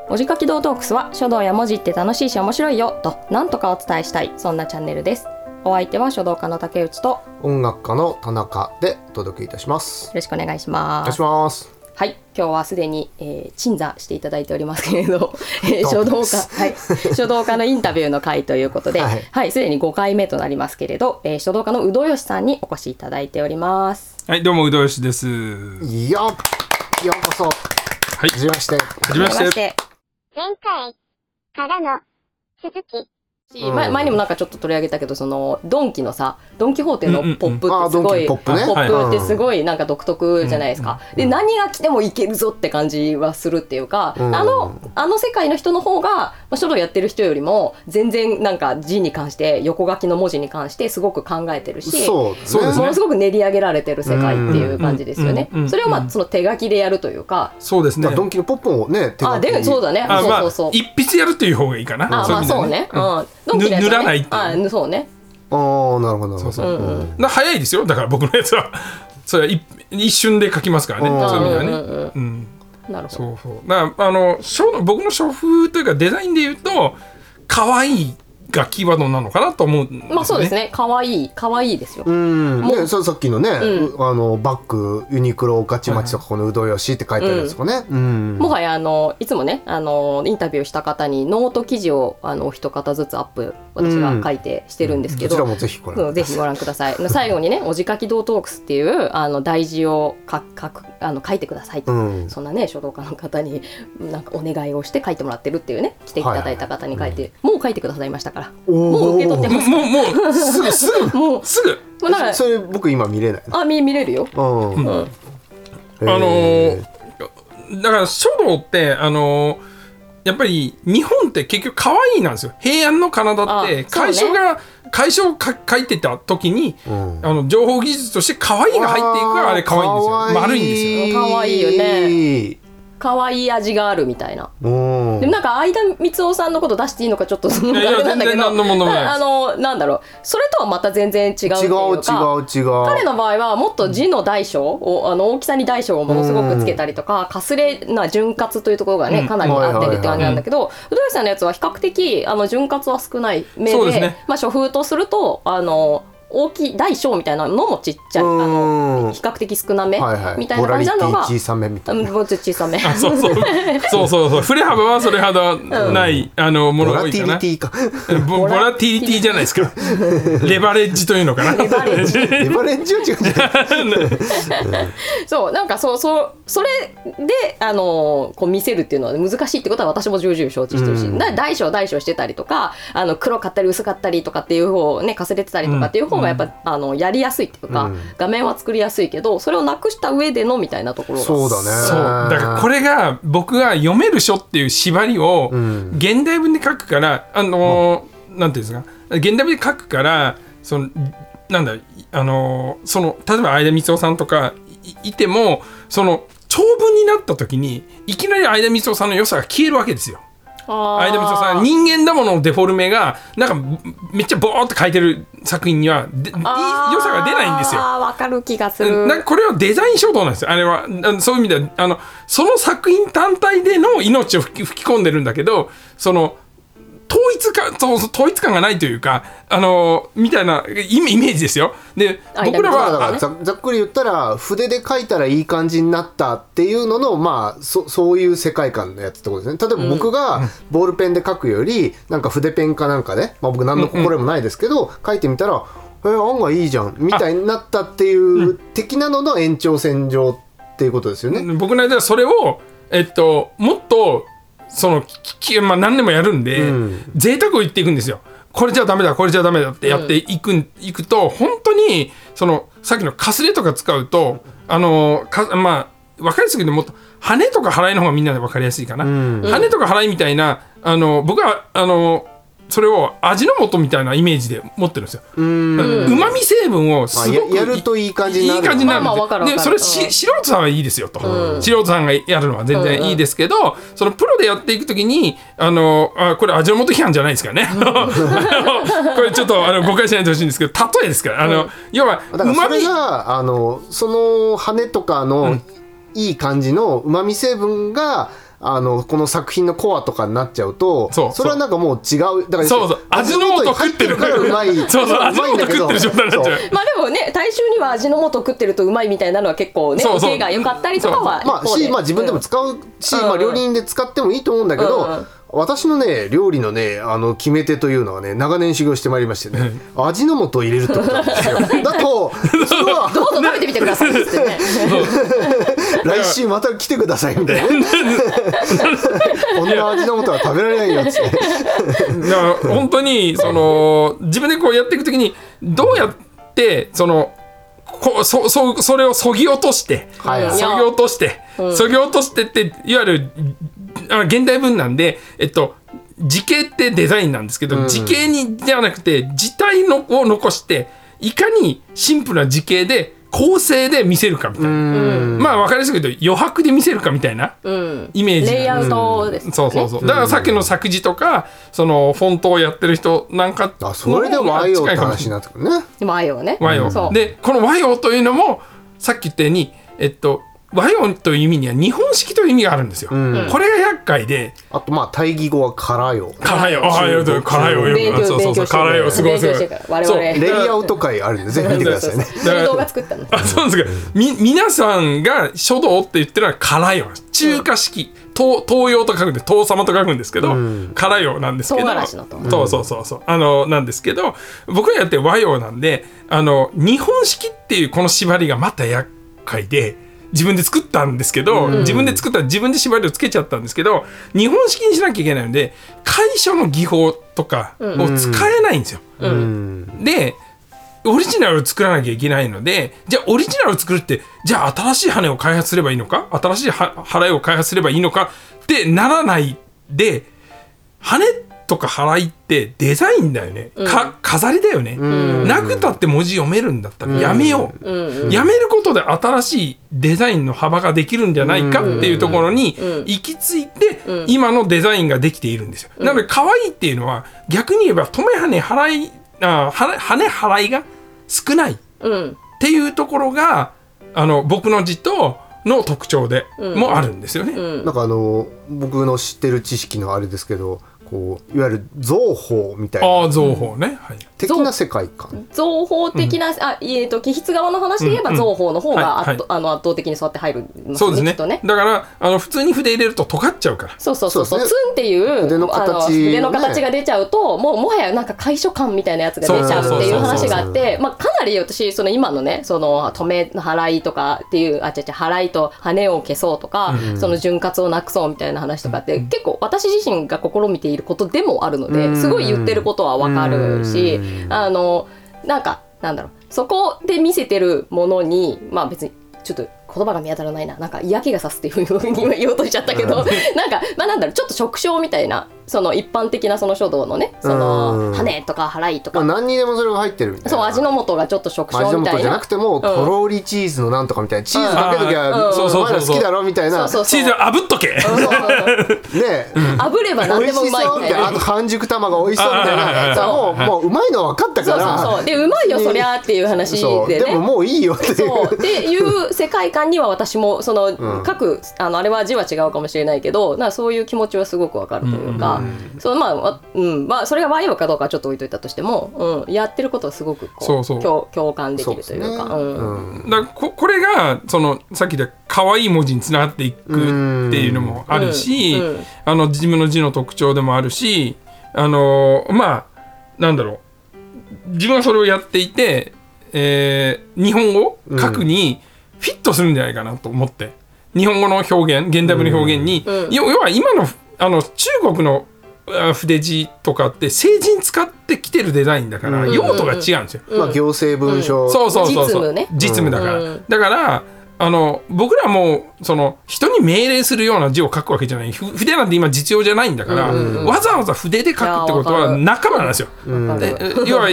文字書き道トークスは書道や文字って楽しいし面白いよとなんとかお伝えしたい、そんなチャンネルです。お相手は書道家の竹内と音楽家の田中でお届けいたします。 よろしくお願いします。 お願いします。 はい、今日はすでに、鎮座していただいておりますけれど、書道家、はい、書道家のインタビューの回ということで、はい、すでに5回目となりますけれど、書道家の宇土よしさんにお越しいただいております。 はい、どうも宇土よしです。 ようこそ。はい、はじめまして。 はじめまして。 前回からの続き。 前にもなんかちょっと取り上げたけど、そのドンキのさ、ドンキホーテのポップってすごい、 ポップってすごいなんか独特じゃないですか。で、何が来てもいけるぞって感じはするっていうか、あの世界の人の方が書道やってる人よりも全然なんか字に関して、横書きの文字に関してすごく考えてるし、 そうですね、 ものすごく練り上げられてる世界っていう感じですよね。それをまあその手書きでやるというか、 そうですね。 ドンキのポップをね、手書きでそうだね。そう。 一筆やるっていう方がいいかな。 まあそうね。 塗らないっていう。 そうね。 なるほど。 早いですよ。だから僕のやつはそれは一瞬で書きますからね。そういう意味ではね。 なるほど。 そう。だから僕の書風というかデザインで言うと可愛いがキーワードなのかなと思う、 まあそうですね。可愛いですよ。 ね、さっきのね、バッグユニクロガチマチとかこの宇土よしって書いてあるんですかね。 もはやいつもねインタビューした方にノート記事をお一方ずつアップ私が書いてしてるんですけど、 こちらもぜひご覧ください。最後にね、おじかき道トークスっていう題字を書いてくださいと、そんなね書道家の方になんかお願いをして書いてもらってるっていうね、来ていただいた方に書いて、もう書いてくださいましたから、もう受け取ってます。 もうすぐそれ僕今見れない。 見れるよ。 だから書道ってやっぱり日本って結局可愛いなんですよ。平安の仮名って楷書を書いてた時に、情報技術として可愛いが入っていくからあれ可愛いんですよ。丸いんですよ。 可愛いよね。可愛い味があるみたいな。でもなんか相田光夫さんのこと出していいのかちょっとあれなんだけど、なんだろう、それとはまた全然違うっていうか、 違う。 彼の場合はもっと字の大小を大きさに大小をものすごくつけたりとか、かすれな潤滑というところがねかなり合ってるって感じなんだけど、宇土よしさんのやつは比較的潤滑は少ない目で、まあ書風とすると大きい大小みたいなのもちっちゃい、比較的少なめみたいな感じなのが、 小さめみたいな、 小さめそう振れ幅はそれほどないものが多いかな。ボラティリティじゃないですか。レバレッジというのかな。 レバレッジは違う。 そうなんかそれでこう見せるっていうのは難しいってことは私も重々承知してるし、大小してたりとか黒かったり薄かったりとかっていう方をねかすれてたりとかっていう方がやっぱやりやすいっていうか、画面は作りやすいけどそれをなくした上でのみたいなところがそうだね。 そうだからこれが僕が読める書っていう縛りを現代文で書くからなんていうんですか、現代文で書くからなんだ例えば相田光夫さんとか いても長文になった時にいきなり相田光夫さんの良さが消えるわけですよ。相田光夫さん人間だもののデフォルメがなんかめっちゃボーって書いてる作品には良さが出ないんですよ。 わかる気がする。 これはデザイン書道なんですよ。あれはそういう意味ではその作品単体での命を吹き込んでるんだけど、統一感がないというかみたいなイメージですよ。で僕らはだからざっくり言ったら筆で書いたらいい感じになったっていうののまあそういう世界観のやつってことですね。例えば僕がボールペンで書くよりなんか筆ペンかなんかで、僕何の心もないですけど、書いてみたら案外いいじゃんみたいになったっていう的なのの延長線上っていうことですよね。 僕の間はそれをもっと何年もやるんで、贅沢を言っていくんですよ。これじゃダメだってやっていくと、本当にさっきのかすれとか使うと分かりやすいけど、もっと羽とか払いの方がみんなで分かりやすいかな。羽とか払いみたいな僕はそれを味の素みたいなイメージで持ってるんですよ。うまみ成分をすごくやるといい感じになる。 でそれ素人さんはいいですよと、素人さんがやるのは全然いいですけど、そのプロでやっていくときにこれ味の素批判じゃないですからね。これちょっと誤解しないでほしいんですけど、例えですから、要はだからそれがその羽とかのいい感じのうまみ成分がこの作品のコアとかになっちゃうと、それはなんかもう違う、だからそう味の素食ってるからうまい、 そう味の素食ってる状態になっちゃう。 まあでもね、大衆には味の素食ってるとうまいみたいなのは結構ね、受けが良かったりとかはまあ自分でも使うし、まあ料理人で使ってもいいと思うんだけど、私のね料理のね決め手というのはね、長年修行してまいりましてね、味の素を入れるってことなんですよ。だとそれはどうぞ食べてみてくださいってね来週また来てくださいみたいなこんな味の素は食べられないよっていや本当に自分でこうやっていくときにどうやってそれをそぎ落としてそぎ落としてっていわゆる現代文なんで、字形ってデザインなんですけど、字形にじゃなくて字体を残していかにシンプルな字形で構成で見せるかみたいな、まあ分かりやすく言うと余白で見せるかみたいなイメージ、 レイアウトですね。 そうだからさっきの作字とかフォントをやってる人なんかそれでも和洋って話になってくるね。 和洋ね、 和洋でこの和洋というのもさっき言ったように和洋という意味には日本式という意味があるんですよ、これが厄介で、 あとまあ対義語はからよ、 からよそうからよすごいそうレイアウト会あるんでぜひ見てくださいね。 それ動画作ったんです。 そうですけど皆さんが書道って言ってるのはからよ、中華式、東洋と書くんで東様と書くんですけど、からよなんですけど、そうなんですけど、僕らやって和洋なんで日本式っていうこの縛りがまた厄介で、自分で作ったんですけど、自分で縛りをつけちゃったんですけど、日本式にしなきゃいけないので楷書の技法とかを使えないんですよ、でオリジナルを作らなきゃいけないので、じゃあオリジナルを作るってじゃあ新しい羽を開発すればいいのか、新しい払いを開発すればいいのかってならないで、羽とか払いってデザインだよね、飾りだよね、なくたって文字読めるんだったらやめよう、やめることで新しいデザインの幅ができるんじゃないかっていうところに行き着いて、今のデザインができているんですよ。なので可愛いっていうのは逆に言えば留め羽払いが少ないっていうところが僕の字との特徴でもあるんですよね。 なんか僕の知ってる知識のあれですけど、こういわゆる造法みたいな、 造法ね、はい、 的な世界観、 造法的な、気筆側の話で言えば造法の方が圧倒的にそうやって入るんですね。 そうですね。だから普通に筆入れると尖っちゃうから。 そうツンっていう筆の形が出ちゃうと、もはやなんか楷書感みたいなやつが出ちゃうっていう話があって、かなり私今のね止め払いとかっていう払いと羽を消そうとか、潤滑をなくそうみたいな話とかって、結構私自身が試みていることでもあるので、すごい言ってることは分かるし、なんだろう、そこで見せてるものに別にちょっと言葉が見当たらないな、なんか嫌気がさすっていうふうに今言おうとしちゃったけど、なんだろう、ちょっと触傷みたいな、一般的な書道のね、羽とか払いとか、 何にでもそれが入ってるみたいな。 そう、味の素がちょっと触傷みたいな。 味の素じゃなくても、とろりチーズのなんとかみたいな、チーズかけときゃお前ら好きだろみたいな、 チーズ炙っとけね、 炙れば何でもうまいみたいな、 あと半熟玉が美味しそうみたいな、もううまいのは分かったから、 そうでうまいよそりゃっていう話でね、 でももういいよっていう世界観には私も各あれは字は違うかもしれないけど、そういう気持ちはすごく分かるというか、それが和洋かどうかはちょっと置いといたとしても、やってることはすごく共感できるというか、 だからこれがさっきで可愛い文字につながっていくっていうのもあるし、自分の字の特徴でもあるし、なんだろう、自分はそれをやっていて、日本語書くにフィットするんじゃないかなと思って、日本語の表現、現代文の表現に、要は今の中国の筆字とかって成人使ってきてるデザインだから用途が違うんですよ。 行政文書、 実務だから、だから僕らも人に命令するような字を書くわけじゃない。筆なんて今実用じゃないんだから、わざわざ筆で書くってことは仲間なんですよ。要は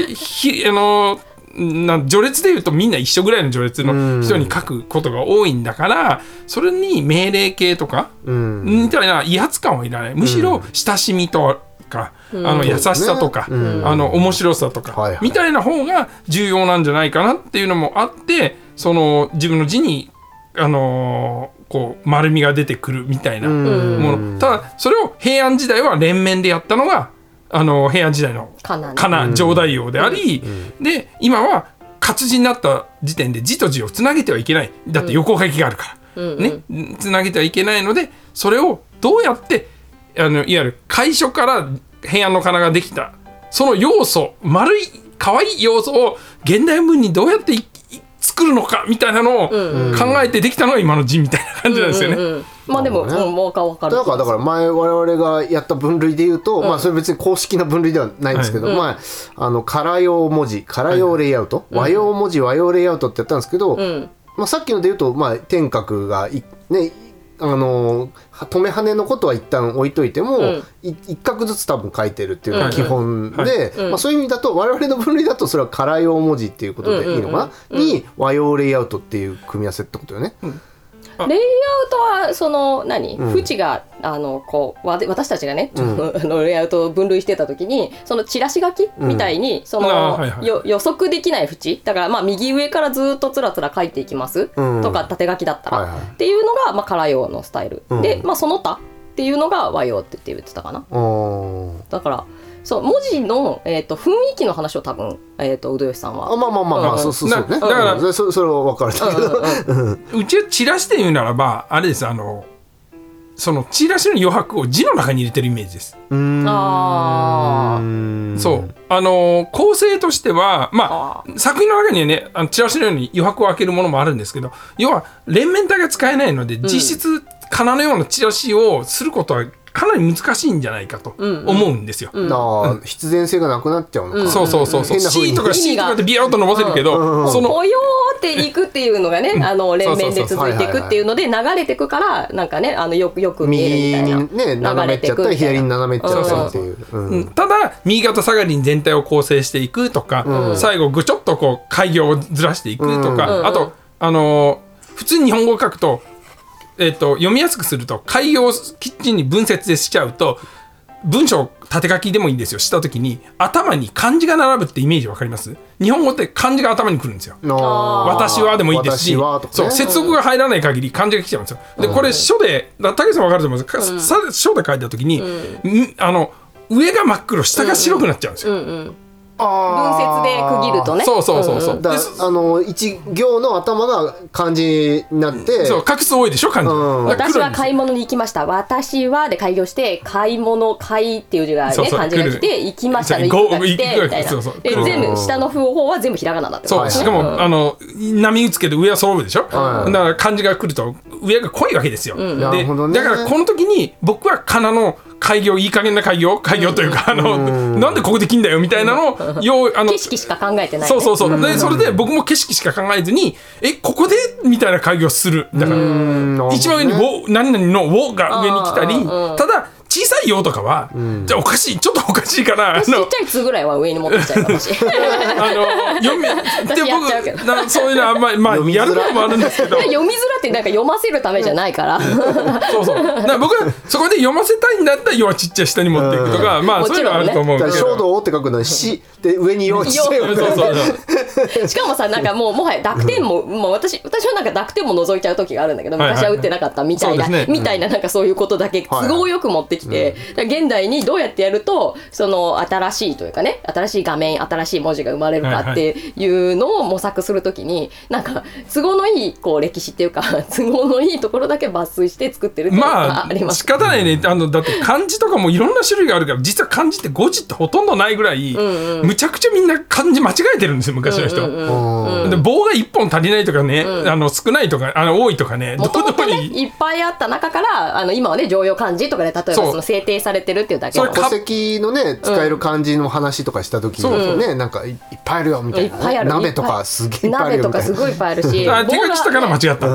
序列でいうとみんな一緒ぐらいの序列の人に書くことが多いんだから、それに命令形とかみたいな威圧感はいらない。むしろ親しみとか、優しさとか、面白さとか、みたいな方が重要なんじゃないかなっていうのもあって、自分の字にこう丸みが出てくるみたいなもの。ただそれを平安時代は連綿でやったのが平安時代のかな上大王であり、で今は活字になった時点で字と字をつなげてはいけない。だって横書きがあるから、ね、つなげてはいけないので、それをどうやっていわゆる楷書から平安の仮名ができたその要素、丸い可愛い要素を現代文にどうやって作るのかみたいなのを考えてできたのが今の字みたいな感じなんですよね。 まあでも、もう分かる。 だから前我々がやった分類でいうと、まあそれ別に公式な分類ではないんですけど、まあ唐用文字、唐用レイアウト、和用文字、和用レイアウトってやったんですけど、まあさっきのでいうと、まあ天閣がね、止め羽のことは一旦置いといても、一画ずつ多分書いてるっていうのが基本で、まあそういう意味だと我々の分類だとそれは唐用文字っていうことでいいのかな、に和用レイアウトっていう組み合わせってことよね。 レイアウトはその縁がこう私たちがね、レイアウトを分類してた時にそのチラシ書きみたいに、その予測できない縁だから、まあ右上からずっとつらつら書いていきますとか、縦書きだったら、っていうのがまあ唐用のスタイルで、まあその他っていうのが和用って言ってたかな。だからそう文字の、雰囲気の話を多分、宇土吉さんはまあそうね。だからそれは分かるけど、 うちはチラシで言うならばあれです。そのチラシの余白を字の中に入れてるイメージです。そう構成としては、まあ作品の中にはねチラシのように余白を開けるものもあるんですけど、要は連綿体が使えないので、実質仮名のようなチラシをすることはかなり難しいんじゃないかと思うんですよ。 必然性がなくなっちゃうのか。 そう C とか C とかでビヤーっと伸ばせるけど、 そのおよーっていくっていうのがね、連綿で続いていくっていうので流れていくから、なんかねよく見えるみたいな、 右に斜めっちゃったり左に斜めっちゃったっていう。 ただ右肩下がりに全体を構成していくとか、最後ぐちょっとこう開業をずらしていくとか、あと普通に日本語を書くと読みやすくすると開業をきっちり分節でしちゃうと、文章縦書きでもいいんですよ。した時に頭に漢字が並ぶってイメージわかります？日本語って漢字が頭にくるんですよ。私はでもいいですし、そう接続が入らない限り漢字が来ちゃうんですよ。でこれ書で竹さんわかると思うんですけど、書で書いた時に、上が真っ黒下が白くなっちゃうんですよ。 分節で区切るとね。 そう一行の頭が漢字になって、 画数多いでしょ漢字。 私は買い物に行きました。私はで開業して買い物買いっていう字がね漢字が来て、行きましたの行くが来てみたいな。で全部下の方は全部ひらがなだってことですね。 しかも波打つけど上は揃うでしょ。だから漢字が来ると上が濃いわけですよ。でだからこの時に僕は仮名の開業、いい加減な開業というか、なんでここできんだよみたいなのを景色しか考えてない、ね、 そうでそれで僕も景色しか考えずにここでみたいな開業する。だから一番上に何々の「を」が上に来たり、ただ小さい「よ」とかは、じゃあちょっとおかしいからちっちゃい「つ」ぐらいは上に持ってっちゃうかもしれない読みで僕そういうのあんまり、やるのもあるんですけど読みづらってなんか読ませるためじゃないからそう僕はそこで読ませたいんだったら「よ」はちっちゃい下に持っていくとか、まあそういうのはあると思うけど、 書道って書くのに「し」で上に「よ」ちっちゃいしかもさ、なんかもはや濁点も、私はなんか濁点も除いちゃう時があるんだけど、昔は打ってなかったみたいな、なんかそういうことだけ都合よく持ってきて、現代にどうやってやるとその新しいというかね、新しい画面、新しい文字が生まれるかっていうのを模索するときに、なんか都合のいいこう歴史っていうか都合のいいところだけ抜粋して作ってるっていうのがあります。 仕方ないね。だって漢字とかもいろんな種類があるから、実は漢字って誤字ってほとんどないぐらい、むちゃくちゃみんな漢字間違えてるんですよ、昔の人。で棒が1本足りないとかね、少ないとか多いとかね、 もともとねいっぱいあった中から今はね常用漢字とかで例えばその制定されてるっていうだけの戸籍のね使える漢字の話とかした時にね、なんかいっぱいあるよみたいな、鍋とかすげえいっぱいあるよみたいな、鍋とかすごいいっぱいあるし手書きしたから間違った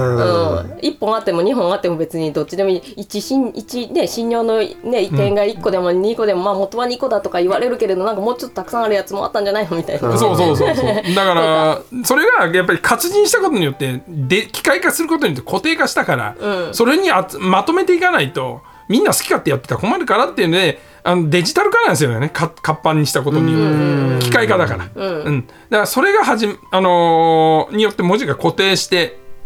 1本あっても2本あっても別にどっちでもいい。1ね信用のね点が1個でも2個でも、まあ元は2個だとか言われるけれど、なんかもうちょっとたくさんあるやつもあったんじゃないのみたいな。 そうだからそれがやっぱり活字にしたことによって機械化することによって固定化したから、それにまとめていかないとみんな好き勝手やってたら困るからっていうので、デジタル化なんですよね、活版にしたことによって機械化だから、だからそれがによって文字が固定して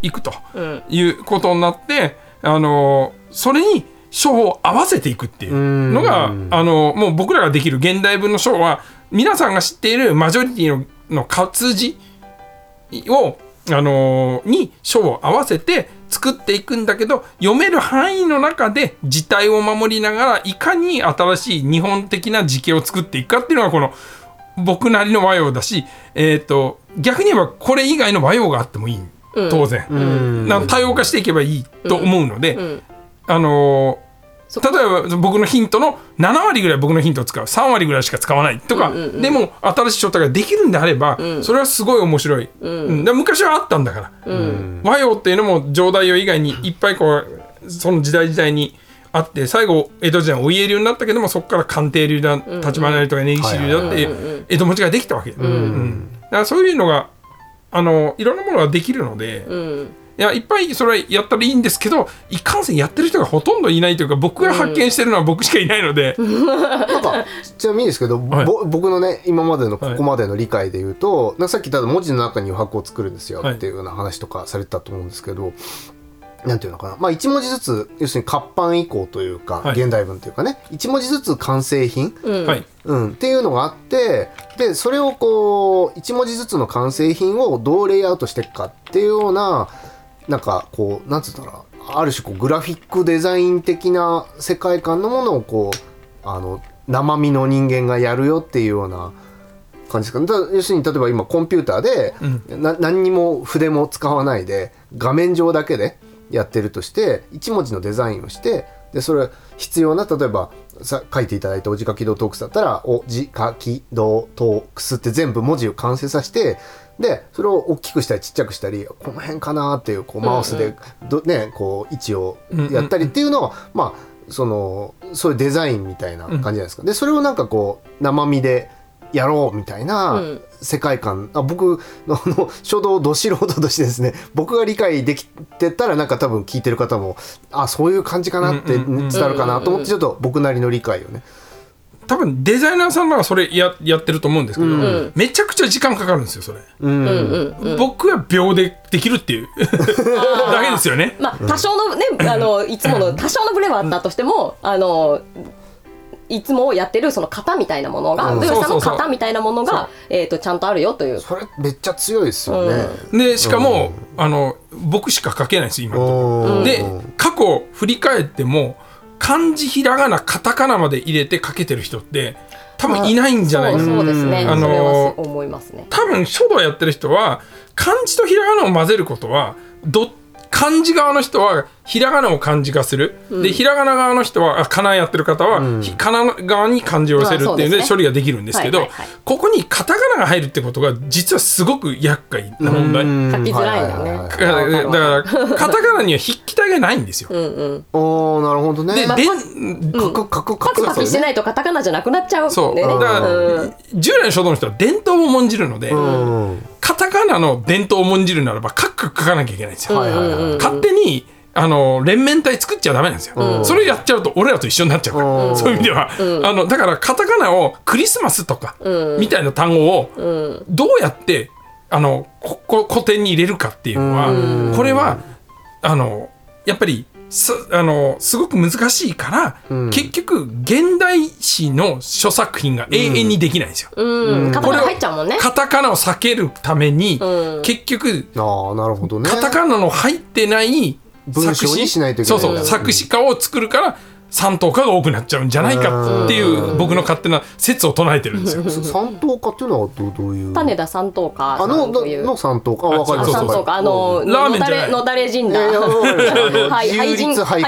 いくということになって、それに書を合わせていくっていうのがもう僕らができる現代文の書は、皆さんが知っているマジョリティの活字をに書を合わせて作っていくんだけど、読める範囲の中で字体を守りながらいかに新しい日本的な字形を作っていくかっていうのがこの僕なりの和洋だし、逆に言えばこれ以外の和洋があってもいい、当然、多様化していけばいいと思うので、例えば僕のヒントの7割ぐらい僕のヒントを使う、3割ぐらいしか使わないとか、でも新しい書体ができるんであれば、それはすごい面白い、昔はあったんだから、和洋っていうのも上代用以外にいっぱいこうその時代時代にあって、最後江戸時代お家流になったけども、そこから鑑定流だ、立花流とか根岸流だって江戸文字ができたわけ、だからそういうのがいろんなものができるので、いやいっぱいそれはやったらいいんですけど、いかんせんやってる人がほとんどいないというか、僕が発見してるのは僕しかいないので、 なんかちなみにですけど、僕のね今までのここまでの理解で言うと、なんかさっき言った文字の中に余白を作るんですよっていうような話とかされてたと思うんですけど、なんていうのかな、まあ1文字ずつ、要するに活版以降というか、現代文というかね、1文字ずつ完成品、っていうのがあって、でそれをこう1文字ずつの完成品をどうレイアウトしていくかっていうような、なんかこうなんつったら、ある種こうグラフィックデザイン的な世界観のものをこう生身の人間がやるよっていうような感じですかね。要するに例えば今コンピューターで、何にも筆も使わないで画面上だけでやってるとして、1文字のデザインをして、でそれ必要な、例えば書いていただいたお字書き堂トークスだったら、お字書き堂トークスって全部文字を完成させて、でそれを大きくしたりちっちゃくしたり、この辺かなっていう、こうマウスでこう位置をやったりっていうのは、まあそういうデザインみたいな感じじゃないですか。でそれをなんかこう生身でやろうみたいな世界観、僕の書道ど素人としてですね、僕が理解できてたら、なんか多分聞いてる方もそういう感じかなって伝わるかなと思って、ちょっと僕なりの理解をね、 多分デザイナーさんならそれ やってると思うんですけど、めちゃくちゃ時間かかるんですよそれ、僕は秒でできるっていうだけですよね。 まあ多少のねいつもの多少のブレはあったとしても、いつもやってるその型みたいなものが、土井さんの型みたいなものがちゃんとあるよという。 それめっちゃ強いですよね。 でしかも僕しか書けないです今のところで、過去振り返っても漢字ひらがなカタカナまで入れて書けてる人って多分いないんじゃないですか。 そうですね、それは思いますね。 多分書道やってる人は漢字とひらがなを混ぜることは漢字側の人はひらがなを漢字化する、でひらがな側の人はかなやってる方は、かな側に漢字を寄せるっていうので処理ができるんですけど、ここにカタカナが入るってことが実はすごく厄介な問題。 書きづらいんだね。 だからカタカナには筆記体がないんですよ。 なるほどね。 でパチパチしてないとカタカナじゃなくなっちゃうんでね。 だから従来の書道の人は伝統を重んじるので、カタカナの伝統を重んじるならばカッカ書かなきゃいけないんですよ。勝手に連綿体作っちゃダメなんですよ、それやっちゃうと俺らと一緒になっちゃうから、そういう意味では、だからカタカナをクリスマスとか、みたいな単語をどうやって古典に入れるかっていうのは、これはやっぱりすごく難しいから、結局現代史の書作品が永遠にできないんですよ。 カタカナ入っちゃうもんね。 カタカナを避けるために、結局なるほどね、 カタカナの入ってない文章にしないといけない。 そう作詞家を作るから三等価が多くなっちゃうんじゃないかっていう僕の勝手な説を唱えてるんですよ。 三等価っていうのはどういう？ 種田三等価の三等価、わかります。 三等価ラーメンじゃない。 のだれ神だ。俳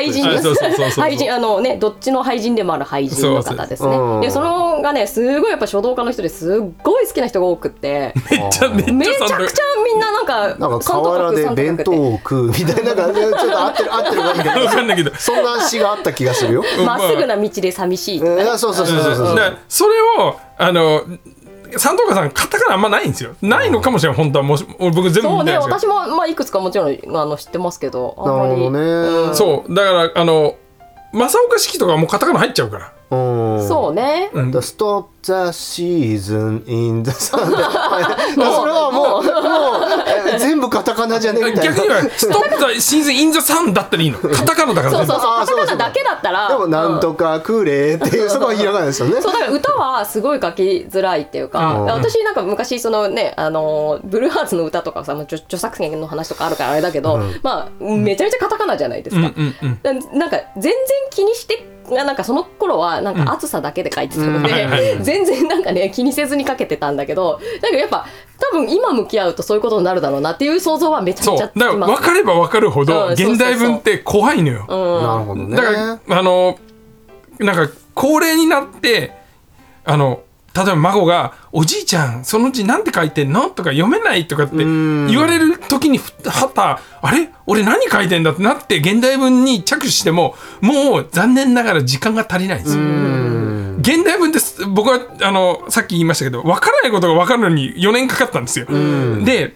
人ね、どっちの俳人でもある俳人の方ですね。でそのがね、すごいやっぱ書道家の人ですっごい好きな人が多くってめちゃくちゃみんななんか河原で弁当を食うみたいな、ちょっと合ってるわかんないけど、 そんな詩があった気がするよ。 まっすぐな道で寂しい。 そうそれを三等価さんカタカナあんまないんですよ。ないのかもしれない。本当は僕全部見てないんですよ。 私もいくつかもちろん知ってますけど、あんまり。 なるほどね。 そうだから正岡子規とかもうカタカナ入っちゃうから。 そうね。 The stop the season in the sun それはもうれ全部カタカナじゃねみたいな。 逆にはストップ・ザ・シーズン・イン・ザ・サンだったらいいの。カタカナだからそうそうそう、 あーカタカナだけだったらでもなんとかくれっていう、そこはひらがなですよね。 そうだから歌はすごい書きづらいっていうか、私なんか昔そのねブルーハーツの歌とかさ、著作権の話とかあるからあれだけど、まあめちゃめちゃカタカナじゃないですか。なんか全然気にしてなんかその頃はなんか暑さだけで書いてたので、全然なんかね気にせずに書けてたんだけど、だけどやっぱ多分今向き合うとそういうことになるだろうなっていう想像はめちゃめちゃつきます。 そうだから分かれば分かるほど現代文って怖いのよ。 なるほどね。 だからなんか高齢になって例えば孫が「おじいちゃんその字なんて書いてんの?」とか「読めない?」とかって言われる時にはたあれ俺何書いてんだってなって現代文に着手してももう残念ながら時間が足りないんですよ。現代文です僕はさっき言いましたけど分からないことが分かるのに4年かかったんですよ。で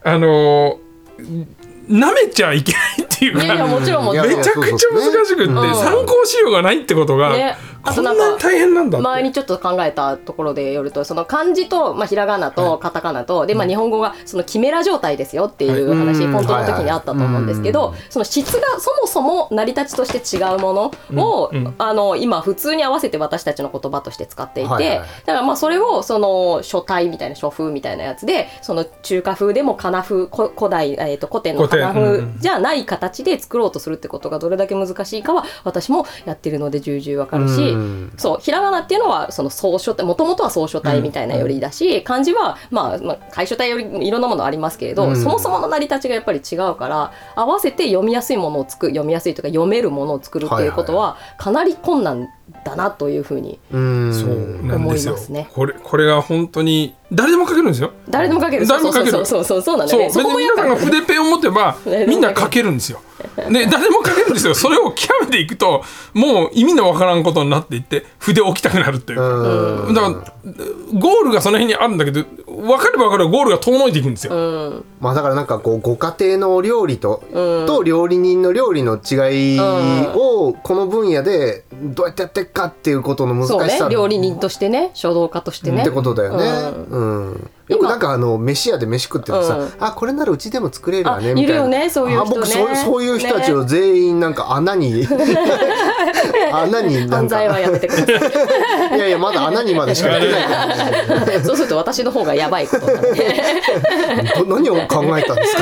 舐めちゃいけないっていうか、 いやもちろんもちろんめちゃくちゃ難しくって参考資料がないってことが、 ね、 こんなに大変なんだって前にちょっと考えたところでよると、その漢字と、ひらがなとカタカナと、で、日本語がそのキメラ状態ですよっていう話、本当の時にあったと思うんですけど、その質がそもそも成り立ちとして違うものを、今普通に合わせて私たちの言葉として使っていて、だからそれをその書体みたいな書風みたいなやつで、その中華風でもかな風、古代、古典のかな風じゃない形で作ろうとするってことがどれだけ難しいかは私もやってるので重々わかるし、そうひらがなっていうのはその草書体、もともとは草書体みたいなよりだし、漢字は楷書体よりいろんなものありますけれど、そもそもの成り立ちがやっぱり違うから、合わせて読みやすいものを読みやすいとか読めるものを作るっていうことはかなり困難だなというふうに思いますね。 これが本当に誰でも書けるんですよ。 誰でも書ける。そうなんだね。 別に皆さんが筆ペンを持てばみんな書けるんですよ。で誰も書けるんですよ。それを極めていくともう意味のわからんことになっていって筆を置きたくなるっていうか、だからゴールがその辺にあるんだけど、分かれば分かるゴールが遠のいていくんですよ。 だからなんかこうご家庭の料理と料理人の料理の違いをこの分野でどうやってやっていくかっていうことの難しさ、 そうね、料理人としてね、書道家としてねってことだよね。よくなんか飯屋で飯食ってるとさ、あこれならうちでも作れるわねみたいな。 いるよね、そういう人ね。 僕そういう人たちを全員なんか穴に犯罪はやめてください。 いやまだ穴にまでしかやってないそうすると私の方がやばいことになって何を考えたんですか。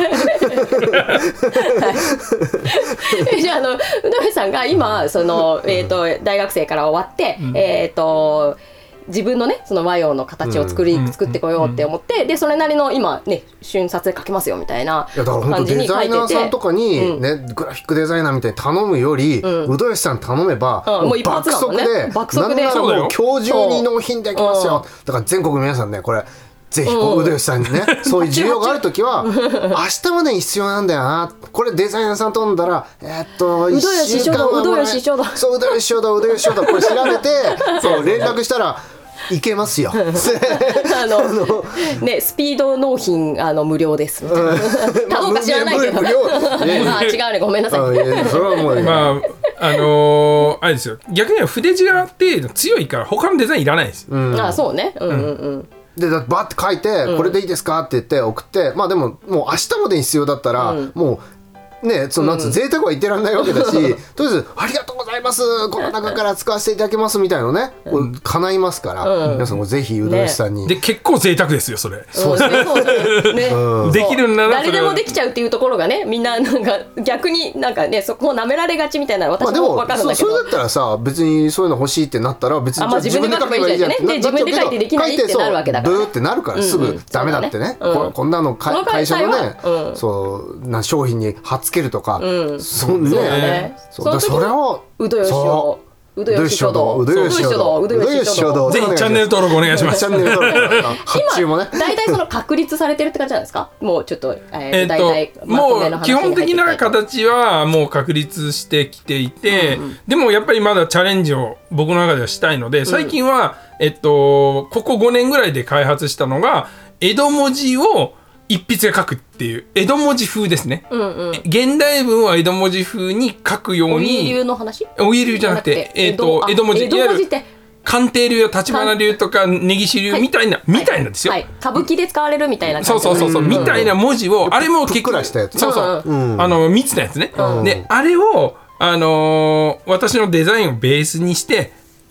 じゃあうどめさんが今その、大学生から終わって、自分のねその和洋の形を作ってこようって思って、でそれなりの今ね瞬殺で書けますよみたいな感じに書いてて、デザイナーさんとかにね、グラフィックデザイナーみたいに頼むより、うどよしさん頼めば、 もう一発だもんね。爆速でなんならもう今日中に納品できますよ。だから全国の皆さんね、これぜひうどよしさんにね、そういう需要があるときは明日までに必要なんだよな。これデザイナーさん頼んだら 1週間はうどよし書道、 そううどよし書道これ調べてそう連絡したらいけますよ。 ね、スピード納品無料ですみたいな。かどうか知らないけど。違うね、ごめんなさい。 それはもうあれですよ。逆には筆字がって強いから他のデザインいらないです。 そうね。 でバッて書いて、これでいいですかって言って送って、でももう明日までに必要だったら、もうね、そのなんつう贅沢は言ってらんないわけだし、とりあえずありがとうございますこの中から使わせていただきますみたいなね、叶いますから、皆さんもぜひうどよしさんに、 で結構贅沢ですよそれ。 そうですね。 できるんなら誰でもできちゃうっていうところがね、みんななんか逆になんかね、そこを舐められがちみたいな、私も分かるんだけど、 それだったらさ、別にそういうの欲しいってなったら別に自分で書けばいいじゃんね。で自分で書いてできないってなるわけだから、 ブーってなるからすぐダメだってね。こんなの会社のね、そう商品に貼っつけるとか、そんね、それをうどよしをうどよし書道、うどよし書道、 ぜひチャンネル登録お願いします。 チャンネル登録発注もね。 大体その確立されてるって感じなんですか。もうちょっと大体もう基本的な形はもう確立してきていて、でもやっぱりまだチャレンジを僕の中ではしたいので、最近はここ5年ぐらいで開発したのが江戸文字を一筆で書くっていう江戸文字風ですね。現代文は江戸文字風に書くように。 お家流の話？ お家流じゃなくて江戸文字。 江戸文字って鑑定流や立花流とか根岸流みたいな、みたいなんですよ、 歌舞伎で使われるみたいな感じ。 そう、みたいな文字を、あれもふっくらしたやつ。 密なやつね、であれを私のデザインをベースにして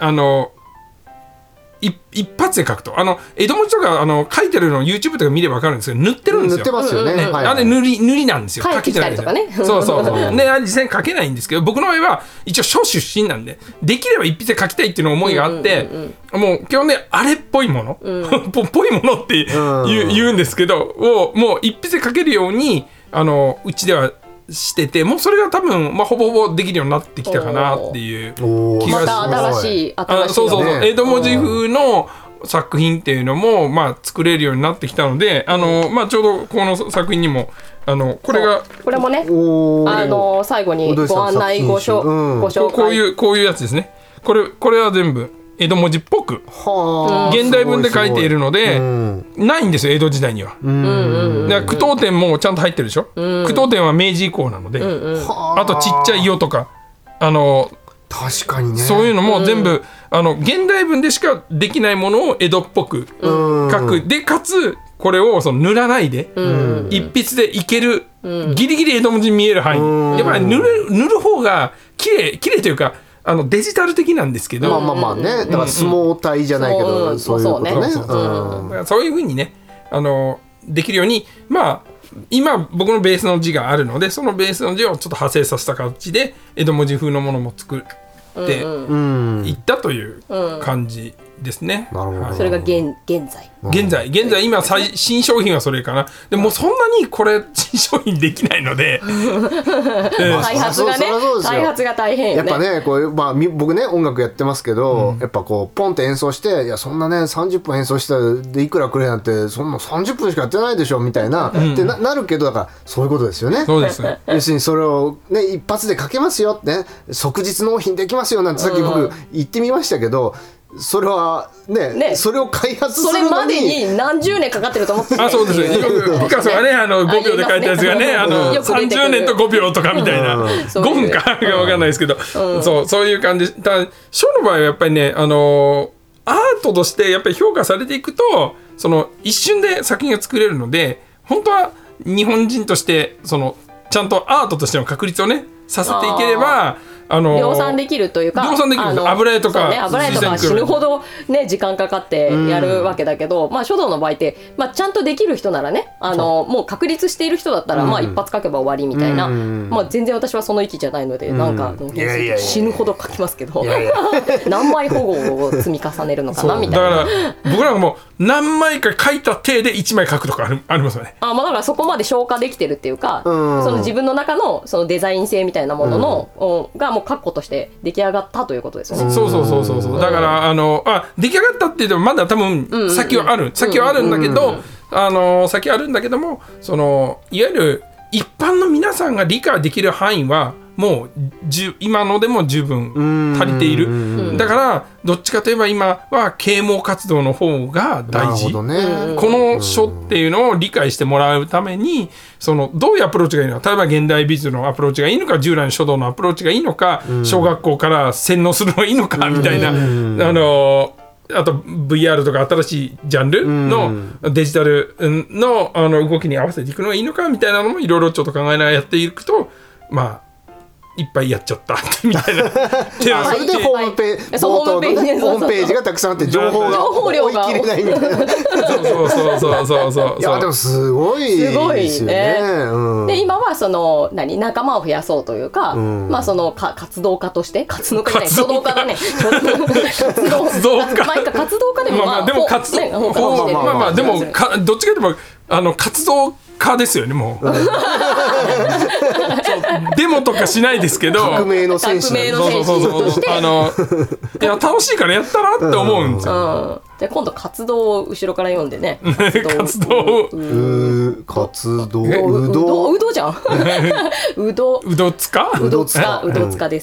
一発で書くと江戸文字とか書いてるのを YouTube とか見れば分かるんですけど塗ってるんですよ。 塗ってますよね。 あれ塗りなんですよ。 書きたりとかね。 そうで実際に書けないんですけど、僕の場合は一応書出身なんでできれば一筆で書きたいっていうの思いがあって、もう基本であれっぽいものぽいものって言うんですけどをもう一筆で書けるようにうちではしてて、もうそれが多分、ほぼほぼできるようになってきたかなっていう気がします。 また新しいそう江戸文字風の作品っていうのも、作れるようになってきたので、ちょうどこの作品にもこれもね最後にご案内ご紹介、 こういうやつですね。これは全部江戸文字っぽく現代文で書いているので、ないんですよ江戸時代には。だから句読点もちゃんと入ってるでしょ。句読点は明治以降なので、あとちっちゃい「よ」とか確かにね、 そういうのも全部現代文でしかできないものを江戸っぽく書く。でかつこれを塗らないで一筆でいける、ギリギリ江戸文字に見える範囲、やっぱり塗る方が綺麗というかデジタル的なんですけど、 ね、だから相撲体じゃないけど、そういうことね。 そういう風にねできるように、今僕のベースの字があるので、そのベースの字をちょっと派生させた形で江戸文字風のものも作っていったという感じですね。 それが現在今新商品はそれかな。でもそんなにこれ新商品できないので開発が大変よね。 やっぱね僕ね音楽やってますけど、やっぱポンって演奏して、いやそんなね30分演奏したらでいくらくれなんてそんな30分しかやってないでしょみたいな、ってなるけど、だからそういうことですよね。 そうです要するにそれをね一発で書けますよね、即日納品できますよなんてさっき僕言ってみましたけど、それはねそれを開発するのにそれまでに何十年かかってると思ってて、 そうですピカソがね5秒で書いたやつがね30年と5秒とかみたいな5分か分かんないですけど、そういう感じ。書の場合はやっぱりねアートとしてやっぱり評価されていくと一瞬で作品が作れるので、本当は日本人としてちゃんとアートとしての確立をねさせていければ量産できるというか、 油絵とか死ぬほどね時間かかってやるわけだけど、書道の場合って、ちゃんとできる人ならねもう確立している人だったら、一発書けば終わりみたいな、全然私はその域じゃないので、なんか死ぬほど書きますけど何枚保護を積み重ねるのかなみたいな。 だから僕らも何枚か書いた体で1枚書くとかありますよね。 だからそこまで消化できてるっていうか、その自分の中のそのデザイン性みたいなものの、がもう括弧として出来上がったということですよね。 そうだから出来上がったって言ってもまだ多分先はあるんだけど、先あるんだけども、いわゆる一般の皆さんが理解できる範囲はもう今のでも十分足りている。だからどっちかといえば今は啓蒙活動の方が大事。この書っていうのを理解してもらうためにどういうアプローチがいいのか、例えば現代美術のアプローチがいいのか、従来の書道のアプローチがいいのか、小学校から洗脳するのがいいのかみたいな、あと VR とか新しいジャンルのデジタルの動きに合わせていくのがいいのかみたいなのもいろいろちょっと考えながらやっていくと、いっぱいやっちゃったみたいな。 それでホームページがたくさんあって情報量が追い切れないみたいな。いやでもすごいですよね。 で今は仲間を増やそうというか、活動家として書道家だね。活動家でもでもでもどっちかというと活動家ですよね。もうデモとかしないですけど、 革命の戦士としていや楽しいからやったなって思うんですよ。 で今度活動を後ろから読んでね。 活動うどじゃん。うどつかです。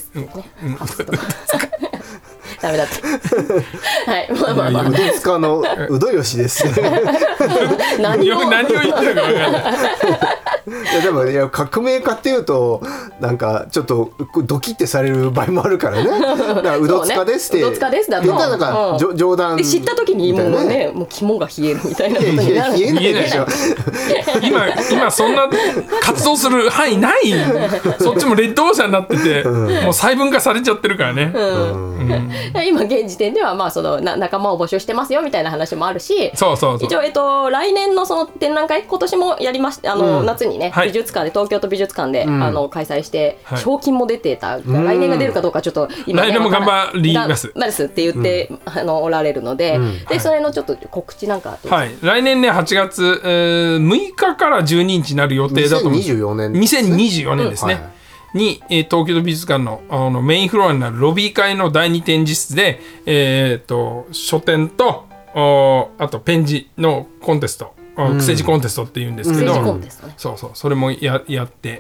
ダメだった。はい、 うどつかのうどよしです。 何を言ってるか分からない。 やでもいや革命家っていうとなんかちょっとドキッてされる場合もあるからね。だからうどつかですって、 うどつかですだと言ったらなんか、冗談で知った時にもうねもう肝が冷えるみたいなことになる。 冷えないでしょ。 今そんな活動する範囲ない。そっちもレッドオーシャンになってて、もう細分化されちゃってるからね。 今現時点ではまあその仲間を募集してますよみたいな話もあるし、 そう一応来年のその展覧会今年もやりました夏にね、美術館で東京都美術館で開催して、賞金も出てた、来年が出るかどうかちょっと今、 来年も頑張りますって言っておられるので、でそれのちょっと告知なんか来年ね8月6日から12日になる予定だと思う。2024年ですね。に、東京都美術館の、メインフロアになるロビー階の第2展示室で、書展とあとペン字のコンテスト、クセ字コンテストっていうんですけど、そうそれもやって、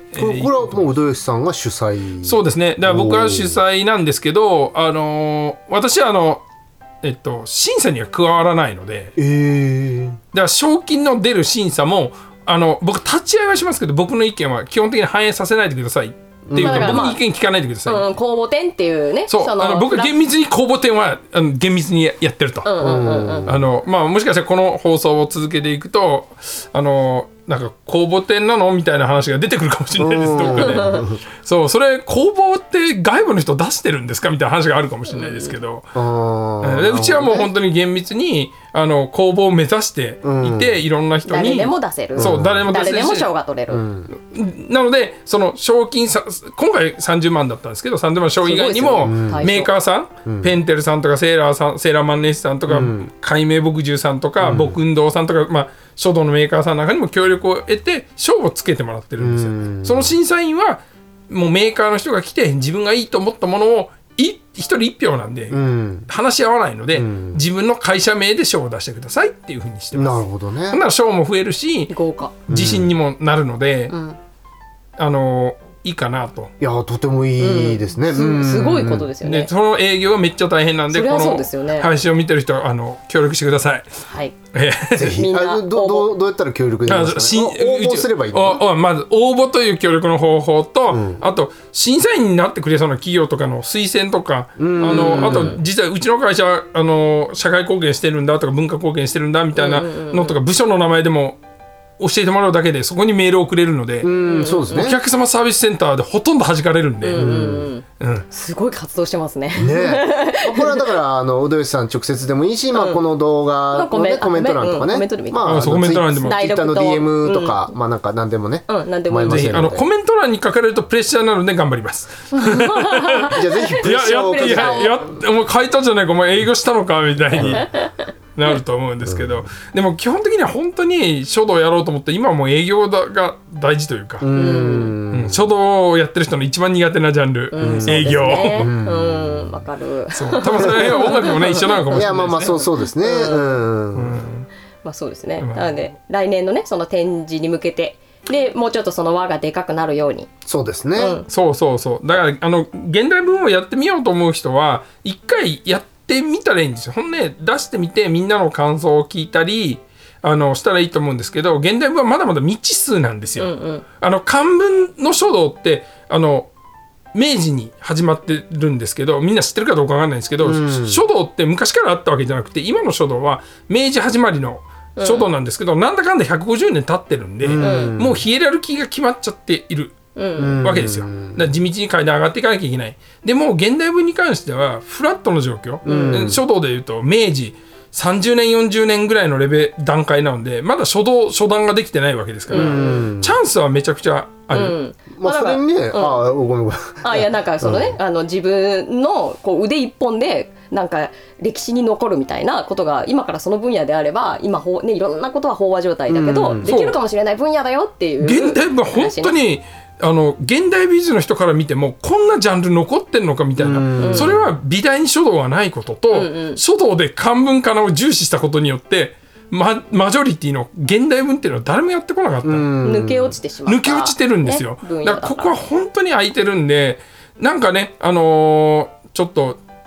これはもううどよしさんが主催。 そうですね。だから僕は主催なんですけど、私は審査には加わらないので、だから賞金の出る審査も僕立ち会いはしますけど、僕の意見は基本的に反映させないでくださいっていうか、僕の意見聞かないでください。 公募展っていうね。 そう僕は厳密に公募展は厳密にやってると。もしかしたらこの放送を続けていくとなんか公募展なのみたいな話が出てくるかもしれないです。どっかでそれ公募って外部の人出してるんですかみたいな話があるかもしれないですけど、うちはもう本当に厳密に公募を目指していて、いろんな人に誰でも出せる。 誰でも出せるし、 誰でも賞が取れる。 なのでその賞金今回30万だったんですけど、30万賞以外にもメーカーさん、ペンテルさんとかセーラーマンネッシさんとか、海明牧獣さんとか、牧運動さんとか、書道のメーカーさんなんかにも協力を得て賞をつけてもらってるんですよ。その審査員はもうメーカーの人が来て、自分がいいと思ったものを一人一票なんで、話し合わないので、自分の会社名で賞を出してくださいっていうふうにしてます。 なるほどね。 だから賞も増えるし、自信にもなるので、いいかなと。 いやとてもいいですね。 すごいことですよね。 その営業がめっちゃ大変なんで、この配信を見てる人は協力してください。 はい。 ぜひ。どうやったら協力できますか。応募すればいいの？ まず応募という協力の方法と、あと審査員になってくれそうな企業とかの推薦とか、あと実はうちの会社社会貢献してるんだとか文化貢献してるんだみたいなのとか、部署の名前でも教えてもらうだけでそこにメールを送れるので、 そうですね、 お客様サービスセンターでほとんど弾かれるんで、 すごい活動してますね。 これはだからうどよしさん直接でもいいし、この動画の、コメント欄とかね、 コメント欄でも Twitter の DM とか、なんか何でもね、 何でもいいぜひコメント欄に書かれるとプレッシャーなので頑張ります。 じゃあぜひプレッシャーをお前書いたじゃないか、お前営業したのかみたいになると思うんですけど、でも基本的には本当に書道をやろうと思って今はもう営業が大事というか、書道をやってる人の一番苦手なジャンル、営業。 わかる。 多分それは音楽もね一緒なのかもしれないですね。 いやそうですね。 そうですね。なので来年のねその展示に向けてでもうちょっとその輪がでかくなるように。 そうですね。 そうだから現代文をやってみようと思う人は一回やってみたらいいんですよ。ほんで出してみてみんなの感想を聞いたりしたらいいと思うんですけど、現代文はまだまだ未知数なんですよ。漢文の書道って明治に始まってるんですけど、みんな知ってるかどうかわかんないんですけど、書道って昔からあったわけじゃなくて、今の書道は明治始まりの書道なんですけど、なんだかんだ150年経ってるんで、もうヒエラルキーが決まっちゃっているわけですよ。だから地道に階段上がっていかなきゃいけない。でも現代文に関してはフラットの状況、書道でいうと明治30年40年ぐらいの段階なので、まだ初段ができてないわけですから、チャンスはめちゃくちゃある。 それにね、ごめん。 いやなんかそのね、自分のこう腕一本でなんか歴史に残るみたいなことが今からその分野であれば、今いろんなことは飽和状態だけど、できるかもしれない分野だよっていう。 現代は本当に現代美術の人から見てもこんなジャンル残ってんのかみたいな、それは美大に書道がないことと、書道で漢文仮名を重視したことによってマジョリティの現代文っていうのは誰もやってこなかった。 抜け落ちてしまった。 抜け落ちてるんですよ。だからここは本当に空いてるんで、なんかねちょっと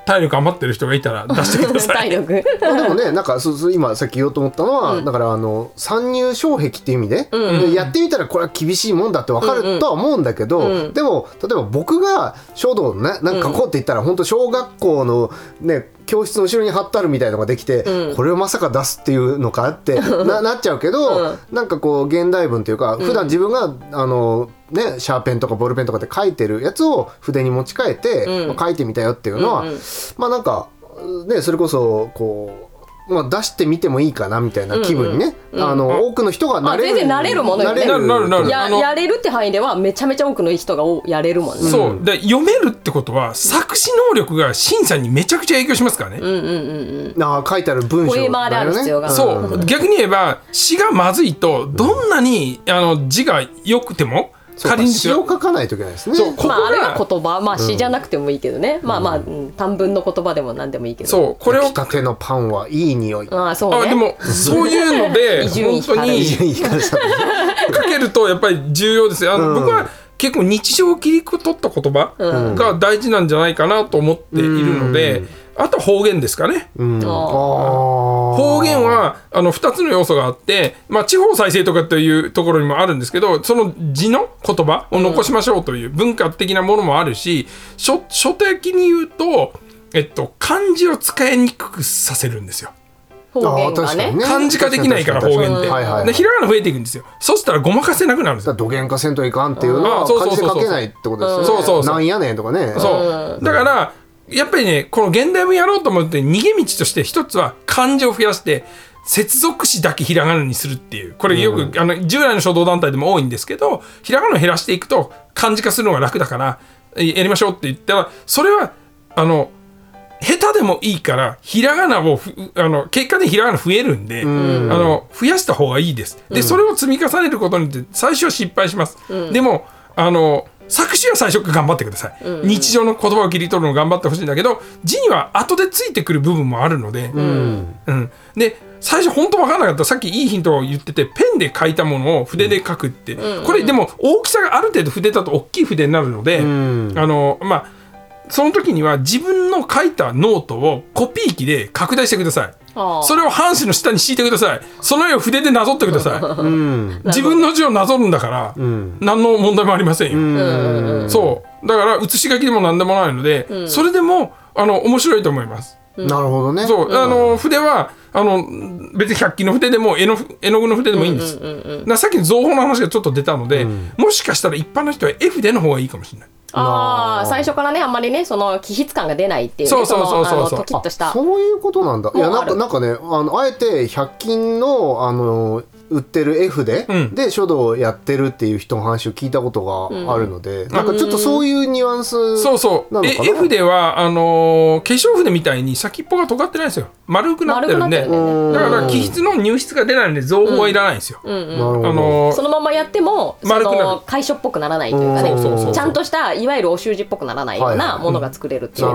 体力余ってる人がいたら出してください。 体力でもね、なんか今さっき言おうと思ったのは、だから参入障壁っていう意味で、やってみたらこれは厳しいもんだって分かるとは思うんだけど、でも例えば僕が書道ねなんか書こうって言ったら、本当小学校のね教室の後ろに貼ってあるみたいのができて、これをまさか出すっていうのかってなっちゃうけど、なんかこう現代文というか、普段自分がね、シャーペンとかボールペンとかで書いてるやつを筆に持ち替えて、書いてみたよっていうのは、まあなんかね、それこそこう、まあ、出してみてもいいかなみたいな気分にね、多くの人がなれる、 全然なれるものよね。やれるって範囲ではめちゃめちゃ多くの人がやれるもんね。 そうで、読めるってことは作詞能力が審査にめちゃくちゃ影響しますからね。 書いてある文章ポエマーである必要が、 そう逆に言えば詩がまずいと、どんなに字が良くても仮に詩を書かないといけないですね。 まあ、あれは言葉、まあ詩じゃなくてもいいけどね、まあまあ、短文の言葉でも何でもいいけど、 そうこれを焼きたてのパンはいい匂い。 そうね、 でもそういうので本当に書けるとやっぱり重要ですよ。僕は結構日常を切り取った言葉が大事なんじゃないかなと思っているので、あとは方言ですかね。方言は2つの要素があって、まあ、地方再生とかというところにもあるんですけど、その字の言葉を残しましょうという文化的なものもあるし、書的に言うと、漢字を使いにくくさせるんですよ。 方言がね、 漢字化できないから方言って、ひらがな増えていくんですよ。そしたらごまかせなくなるんですよ。 どげんかせんといかんっていうのは漢字で書けないってことですよね。なんやねんとかね。 そうだからやっぱりね、この現代文やろうと思って逃げ道として一つは漢字を増やして接続詞だけひらがなにするっていう、これよく従来の書道団体でも多いんですけど、ひらがなを減らしていくと漢字化するのが楽だからやりましょうって言ったら、それは下手でもいいからひらがなを結果でひらがな増えるんで、増やした方がいいです。でそれを積み重ねることによって最初は失敗します。でも作詞は最初から頑張ってください。日常の言葉を切り取るのを頑張ってほしいんだけど、字には後でついてくる部分もあるので、で最初本当分からなかった。さっきいいヒントを言ってて、ペンで書いたものを筆で書くって、これでも大きさがある程度筆だと大きい筆になるので、まあその時には自分の書いたノートをコピー機で拡大してください。それを半紙の下に敷いてください。その絵を筆でなぞってください。自分の字をなぞるんだから、何の問題もありませんよ。そうだから写し書きでも何でもないので、それでも面白いと思います。 なるほどね。 そう筆は別に100均の筆でも絵の具の筆でもいいんです。さっきの造法の話がちょっと出たので、もしかしたら一般の人は絵筆の方がいいかもしれない。 最初からね、あんまりね、その気筆感が出ないっていうね、ドキッとした。 そういうことなんだ。いやなんかね、あえて100均の売ってる絵筆で書道をやってるっていう人の話を聞いたことがあるので、なんかちょっとそういうニュアンスなのかな。 絵筆は化粧筆みたいに先っぽが尖ってないんですよ。丸くなってるんで、だから気筆の入筆が出ないので造法はいらないんですよ。そのままやっても楷書っぽくならないというかね、ちゃんとしたいわゆるお習字っぽくならないようなものが作れるっていう。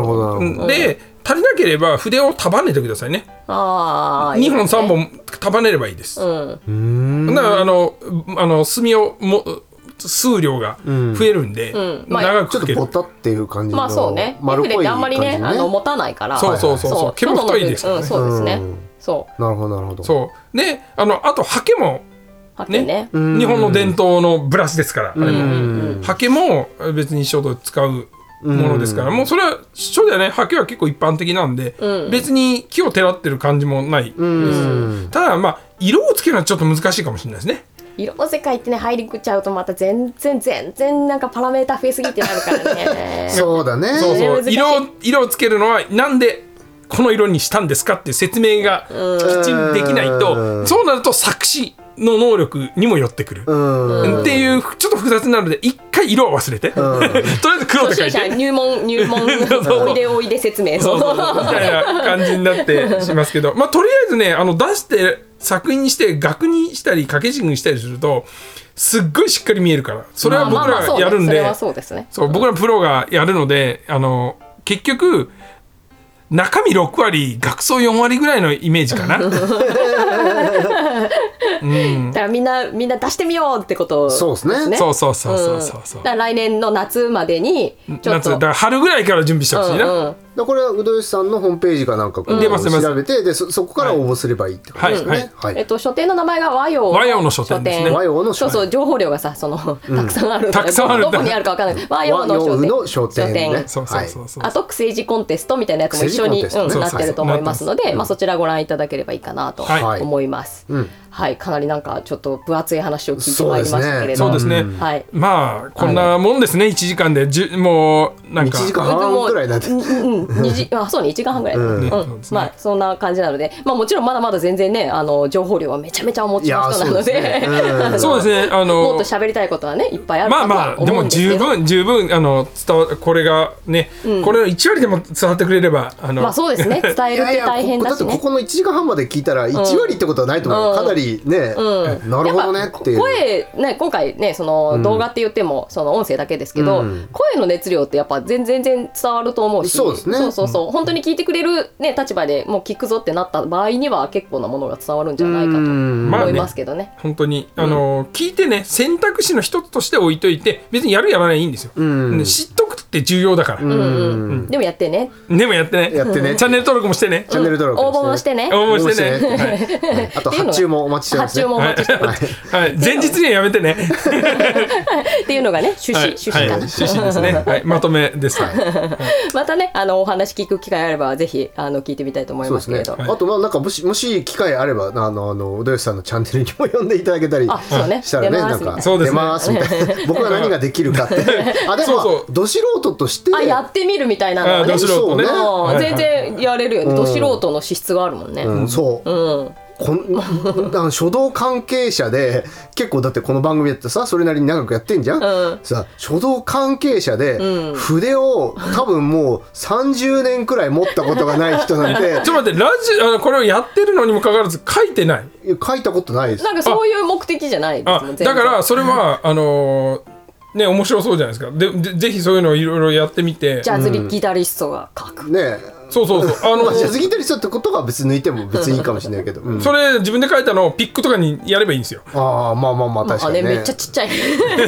で足りなければ筆を束ねてくださいね。2本3本束ねればいいです。だから墨を数量が増えるんで、長く書ける。 ちょっとボタっていう感じのまあそうね、絵筆ってあんまりね持たないから。 そう毛も太いですからね。 そうですね。 なるほどなるほど。 そうであと刷毛もね、日本の伝統のブラシですから、刷毛も別に書道で使うものですから、もうそれは書ではね、刷毛は結構一般的なんで、別に木をてらってる感じもないです。ただまあ色をつけるのはちょっと難しいかもしれないですね。 色の世界ってね、入りくちゃうとまた全然なんかパラメータ増えすぎてなるからね。 そうだね。 色をつけるのはなんでこの色にしたんですかっていう説明がきちんとできないと、そうなると作詞の能力にも寄ってくるっていうちょっと複雑なので、一回色は忘れて、とりあえず黒で書いて入門おいで説明みたいな感じになってしますけど、まあとりあえずね、出して作品にして額にしたり掛け軸にしたりするとすっごいしっかり見えるから、それは僕らやるんで、僕らプロがやるので、結局中身6割額装4割ぐらいのイメージかな。 だからみんな出してみようってことですね。 そうですね。 そう。 だから来年の夏までにだから春ぐらいから準備してほしいな。 これはうどよしさんのホームページかなんかこう出ます調べて、でそこから応募すればいいってことですね。 書店の名前が和洋の書店ですね。 和洋の書店。 そうそう、情報量がさ、たくさんある。 たくさんある。 どこにあるかわからない。和洋の書店。 そう。 あと、クセージコンテストみたいなやつも一緒になってると思いますので、そちらご覧いただければいいかなと思います。はい、かなりなんかちょっと分厚い話を聞いてまいりましたけれども、 そうですね。はい。まあこんなもんですね。1時間でもうなんか 1時間半ぐらいだって。 そうね、1時間半ぐらい。まあそんな感じなので、まあもちろんまだまだ全然ね、情報量はめちゃめちゃお持ちの人なので、 そうですね。 もっと喋りたいことはねいっぱいあるとは思うんですけど、 でも十分これがね、これの1割でも伝わってくれればまあそうですね。伝えるって大変だしね。 だってここの1時間半まで聞いたら1割ってことはないと思う。かなりね、なるほどねっていう。 声ね、今回ね、その動画って言ってもその音声だけですけど、声の熱量ってやっぱ全然伝わると思うし、 そうですね。 そう本当に聞いてくれるね立場でもう聞くぞってなった場合には結構なものが伝わるんじゃないかと思いますけどね。 本当に聞いてね、選択肢の一つとして置いといて、別にやるやらないいいんですよ。知っとくって重要だから。でもやってね。 チャンネル登録もしてね。 チャンネル登録応募もしてね。 あと発注もお待ちしてます。 はい、前日にはやめてね。 っていうのがね趣旨ですね。はい、まとめです。 またねお話聞く機会あればぜひ聞いてみたいと思いますけれど。 あとなんかもし機会あればうどよしさんのチャンネルにも呼んでいただけたりしたらね、なんか出ますみたいな。僕は何ができるかって。あでもど素人としてやってみるみたいなのはね。全然やれるよね。ど素人の資質があるもんね。 そう。書道関係者で結構だってこの番組だってさそれなりに長くやってんじゃん、さ書道関係者で筆を多分もう30年くらい持ったことがない人なんてちょっと待って、これをやってるのにもかかわらず書いてない。 書いたことないです。 なんかそういう目的じゃないですもん。 だからそれはね、面白そうじゃないですか。でぜひそういうのをいろいろやってみて。 ジャズギタリストが書くね。 そうジャズギタリストってことが別に抜いても別にいいかもしれないけど、 それ自分で書いたのをピックとかにやればいいんですよ。 まあ確かにね。 めっちゃちっちゃい。い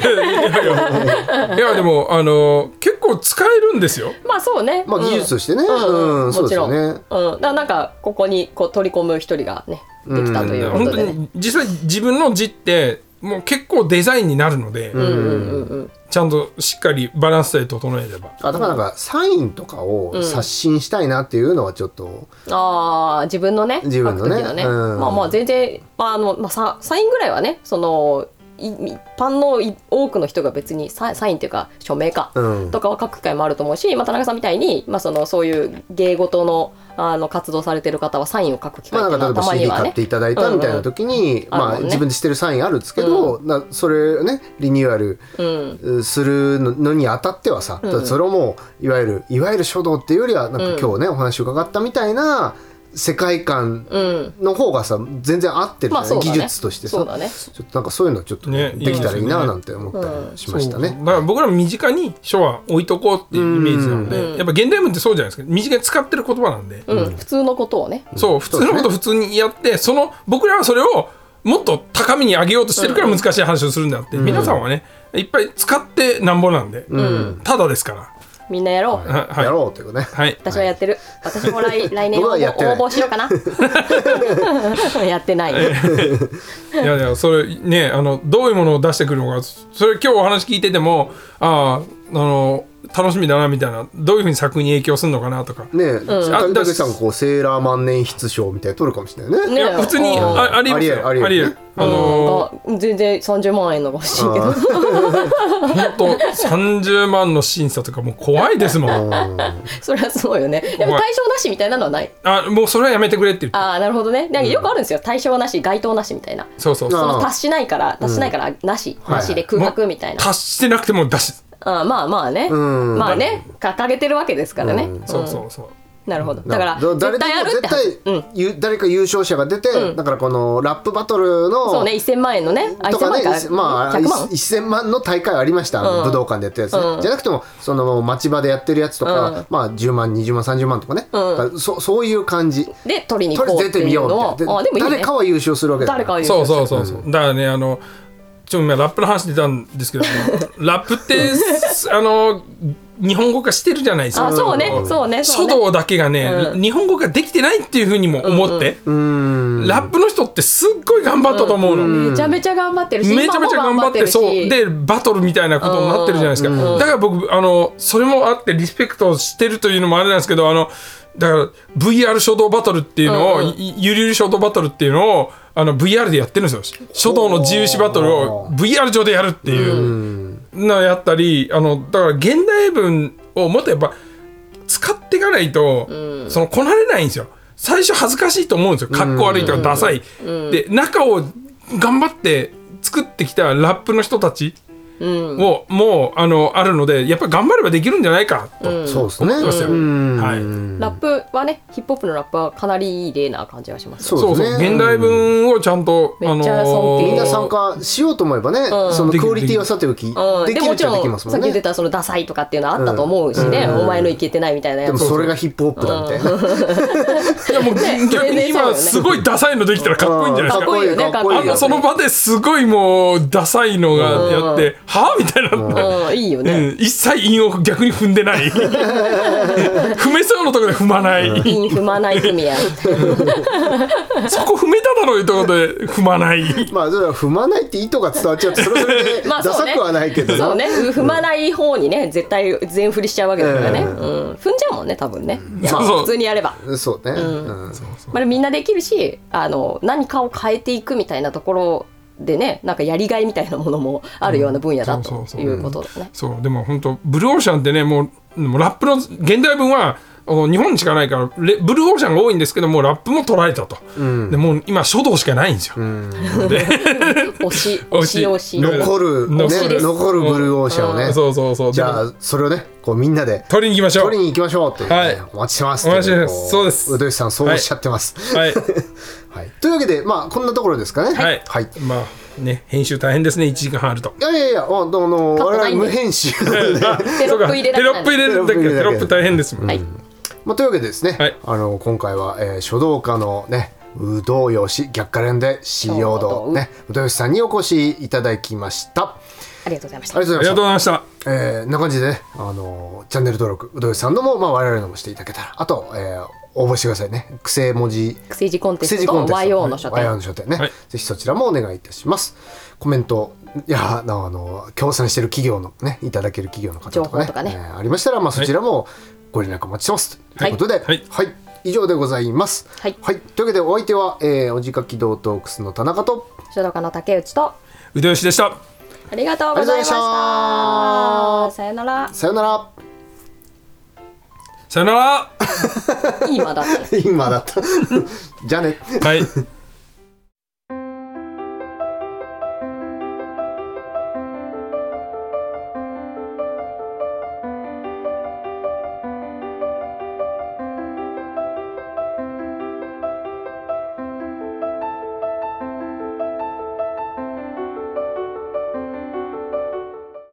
やでも結構使えるんですよ。 まあそうね。 まあ技術としてね。 もちろん。なんかここに取り込む一人がねできたということで。 本当に実際自分の字ってもう結構デザインになるので、ちゃんとしっかりバランスで整えれば。 だからなんかサインとかを刷新したいなっていうのはちょっと、 自分のね自分のね、 まあ全然サインぐらいはねその一般の多くの人が別にサインっていうか署名かとかは書く機会もあると思うし、田中さんみたいに、そういう芸事の活動されてる方はサインを書く機会っていうのはたまにはね、 買っていただいたみたいな時に、自分でしてるサインあるんですけど、それをねリニューアルするのにあたってはさ、それをもういわゆる書道っていうよりはなんか今日ねお話伺ったみたいな世界観の方がさ全然合ってるじゃない、技術としてさ、ちょっとなんかそういうのちょっとできたらいいななんて思ったりしましたね。 だから僕らも身近に書は置いとこうっていうイメージなので、やっぱ現代文ってそうじゃないですか。身近に使ってる言葉なんで、 普通のことをね、 そう普通のことを普通にやって、僕らはそれをもっと高みに上げようとしてるから難しい話をするんだって、皆さんはねいっぱい使ってなんぼなんで、ただですから。 みんなやろう、 やろうというね。 私はやってる。私も来年応募しようかな。やってない。 いやそれねどういうものを出してくるのか、それ今日お話聞いてても楽しみだなみたいな、どういうふうに作品に影響するのかなとかね。武さんセーラー万年筆賞みたいな取るかもしれないね。 普通にありえる。 全然30万円のが欲しいけど、 本当30万の審査とかもう怖いですもん。 それはそうよね。でも対象なしみたいなのはない。 もうそれはやめてくれって言って。 なるほどね。よくあるんですよ、対象なし該当なしみたいな。 その達しないからなしで空白みたいな。 達してなくても出し。 まあね、掲げてるわけですからね。 そうなるほど。だから絶対あるって絶対誰か優勝者が出て、だからこのラップバトルのそうね、1000万円のね、 とかね、1000万の大会ありました、武道館でやったやつね、じゃなくてもその町場でやってるやつとか、10万20万30万とかね、そういう感じで取りに行こうっていうのは、 誰かは優勝するわけだから。 そうだからね、今ラップの話出たんですけどラップって日本語化してるじゃないですか。 あ、そうね、そうね、そうね。 書道だけがね、日本語化できてないっていうふうにも思って、ラップの人ってすっごい頑張ったと思うの。 めちゃめちゃ頑張ってるし、 めちゃめちゃ頑張って、そうでバトルみたいなことになってるじゃないですか。だから僕それもあってリスペクトしてるというのもあれなんですけど、だから VR 書道バトルっていうのを、ゆるゆる書道バトルっていうのをVR でやってるんですよ。書道の自由視バトルを VR 上でやるっていうのをやったり、だから現代文をもっとやっぱ使っていかないと、こなれないんですよ。最初恥ずかしいと思うんですよ。かっこ悪いとかダサい、で中を頑張って作ってきたラップの人たちをもうあるので、やっぱり頑張ればできるんじゃないかとそうですね。 思ってますよ。はい。 ラップはね、ヒップホップのラップはかなりいい例な感じがします。 そうそう、現代文をちゃんとめっちゃ尊敬みんな参加しようと思えばね、そのクオリティはさておきできるっちゃできますもんね。 さっき言ってたそのダサいとかっていうのはあったと思うしね、お前のいけてないみたいなやつ。 でもそれがヒップホップだみたいな。 いやもう逆に今すごいダサいのできたらかっこいいんじゃないですか。 かっこいいよね、かっこいいよね。 その場ですごいもうダサいのがやってはみたいな、 いいよね。 一切韻を逆に踏んでない踏めそうなところで踏まない、 韻踏まない組やそこ踏めただろういうところで踏まない。 まあそれは踏まないって意図が伝わっちゃうとそれはそれでダサくはないけどな。 そうね、踏まない方にね絶対全振りしちゃうわけだからね、踏んじゃうもんね多分ね、普通にやれば。 そうね、 まあ、みんなできるし、何かを変えていくみたいなところでね、なんかやりがいみたいなものもあるような分野だということだね。 そうでも本当ブルーオーシャンってね、もうラップの現代文は日本にしかないからブルーオーシャンが多いんですけども、ラップも捉えたと、でもう今書道しかないんですよ、で推し残るブルーオーシャンをね、 そうじゃあそれをねこうみんなで取りに行きましょうっていうね、お待ちしてますお待ちしてます。そうです、 うどよしさんそうおっしゃってます、はいというわけでまあこんなところですかね。はい、 まあね、編集大変ですね、1時間半あると。 いや我々無編集テロップ入れるだけ、テロップ大変ですもん。 まあ、というわけでですね、今回は、書道家のねうどよし逆カレンでしようどねうどよしさんにお越しいただきました。 ありがとうございました。 ありがとうございました。 な感じでね、チャンネル登録うどよしさんのも、まあ、我々のもしていただけたら、あと、応募してくださいね。癖字コンテスト YO の書店ね、ぜひそちらもお願いいたします。コメントや協賛してる企業のねいただける企業の方とかねありましたら、まあ、そちらもご連絡お待ちしてます、ということで、以上でございます。というわけでお相手は、おじかき道トークスの田中と書道家の竹内とうどよしでした。 ありがとうございました。さよなら。 さよなら。 さよなら。 今だった。 じゃあね。 はい。